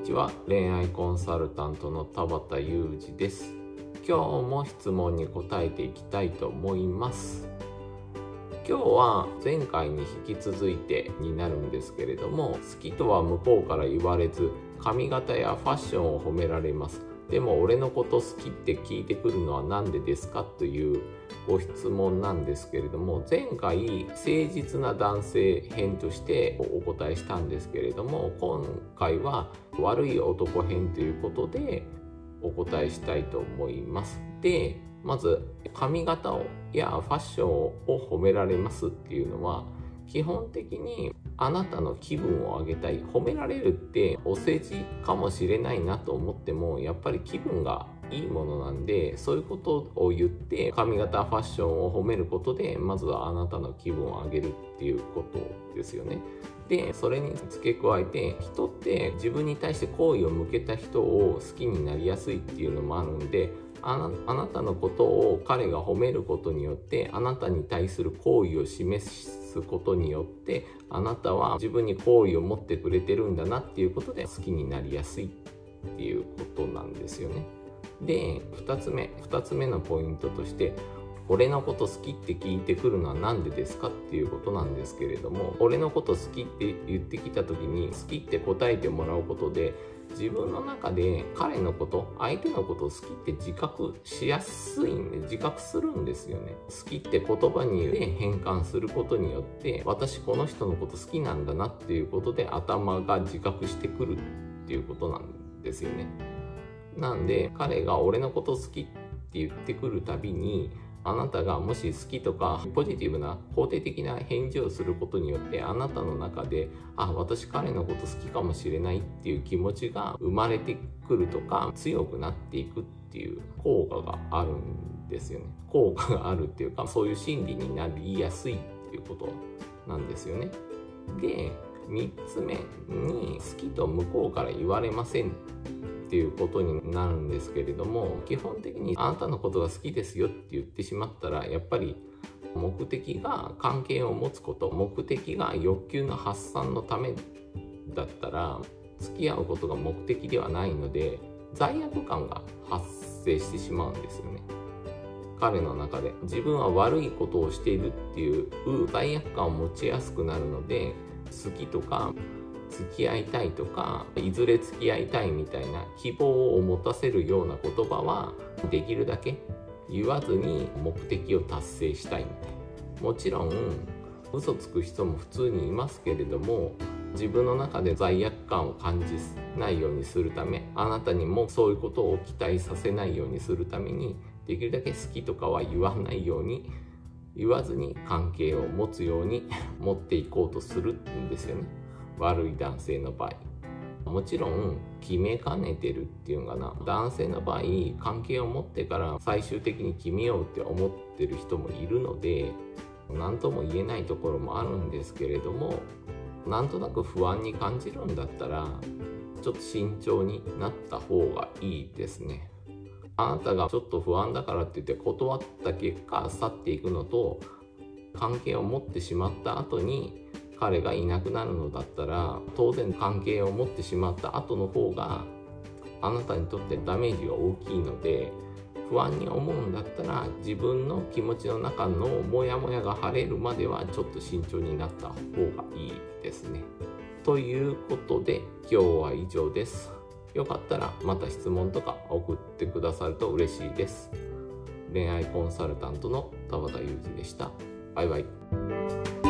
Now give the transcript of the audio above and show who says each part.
Speaker 1: ちは。恋愛コンサルタントの田畑裕二です。今日も質問に答えていきたいと思います。今日は前回に引き続いてになるんですけれども、好きとは向こうから言われず、髪型やファッションを褒められます。でも俺のこと好きって聞いてくるのは何でですかというご質問なんですけれども、前回誠実な男性編としてお答えしたんですけれども、今回は悪い男編ということでお答えしたいと思います。で、まず髪型やファッションを褒められますっていうのは、基本的にあなたの気分を上げたい。褒められるってお世辞かもしれないなと思っても、やっぱり気分がいいものなんで、そういうことを言って髪型ファッションを褒めることで、まずはあなたの気分を上げるっていうことですよね。で、それに付け加えて、人って自分に対して好意を向けた人を好きになりやすいっていうのもあるんで、あなたのことを彼が褒めることによって、あなたに対する好意を示すことによって、あなたは自分に好意を持ってくれてるんだなっていうことで好きになりやすいっていうことなんですよね。で、2つ目のポイントとして、俺のこと好きって聞いてくるのは何でですかっていうことなんですけれども、俺のこと好きって言ってきた時に、好きって答えてもらうことで、自分の中で彼のこと、相手のことを好きって自覚しやすいんで、自覚するんですよね。好きって言葉に変換することによって、私この人のこと好きなんだなっていうことで頭が自覚してくるっていうことなんですよね。なんで彼が俺のこと好きって言ってくるたびに、あなたがもし好きとかポジティブな肯定的な返事をすることによって、あなたの中で私彼のこと好きかもしれないっていう気持ちが生まれてくるとか、強くなっていくっていう効果があるんですよね。効果があるっていうか、そういう心理になりやすいっていうことなんですよね。で、3つ目に好きと向こうから言われませんっていうことになるんですけれども、基本的にあなたのことが好きですよって言ってしまったら、やっぱり目的が関係を持つこと、目的が欲求の発散のためだったら、付き合うことが目的ではないので、罪悪感が発生してしまうんですよね。彼の中で自分は悪いことをしているっていう罪悪感を持ちやすくなるので、好きとか付き合いたいとか、いずれ付き合いたいみたいな希望を持たせるような言葉はできるだけ言わずに目的を達成したいみたいな。もちろん嘘つく人も普通にいますけれども、自分の中で罪悪感を感じないようにするため、あなたにもそういうことを期待させないようにするために、できるだけ好きとかは言わないように、言わずに関係を持つように持っていこうとするんですよね。悪い男性の場合。もちろん決めかねてるっていうのかな。男性の場合、関係を持ってから最終的に決めようって思ってる人もいるので、何とも言えないところもあるんですけれども、なんとなく不安に感じるんだったら、ちょっと慎重になった方がいいですね。あなたがちょっと不安だからって言って断った結果去っていくのと、関係を持ってしまった後に彼がいなくなるのだったら、当然関係を持ってしまった後の方があなたにとってダメージが大きいので、不安に思うんだったら自分の気持ちの中のモヤモヤが晴れるまではちょっと慎重になった方がいいですね。ということで今日は以上です。よかったらまた質問とか送ってくださると嬉しいです。恋愛コンサルタントの田畑裕二でした。バイバイ。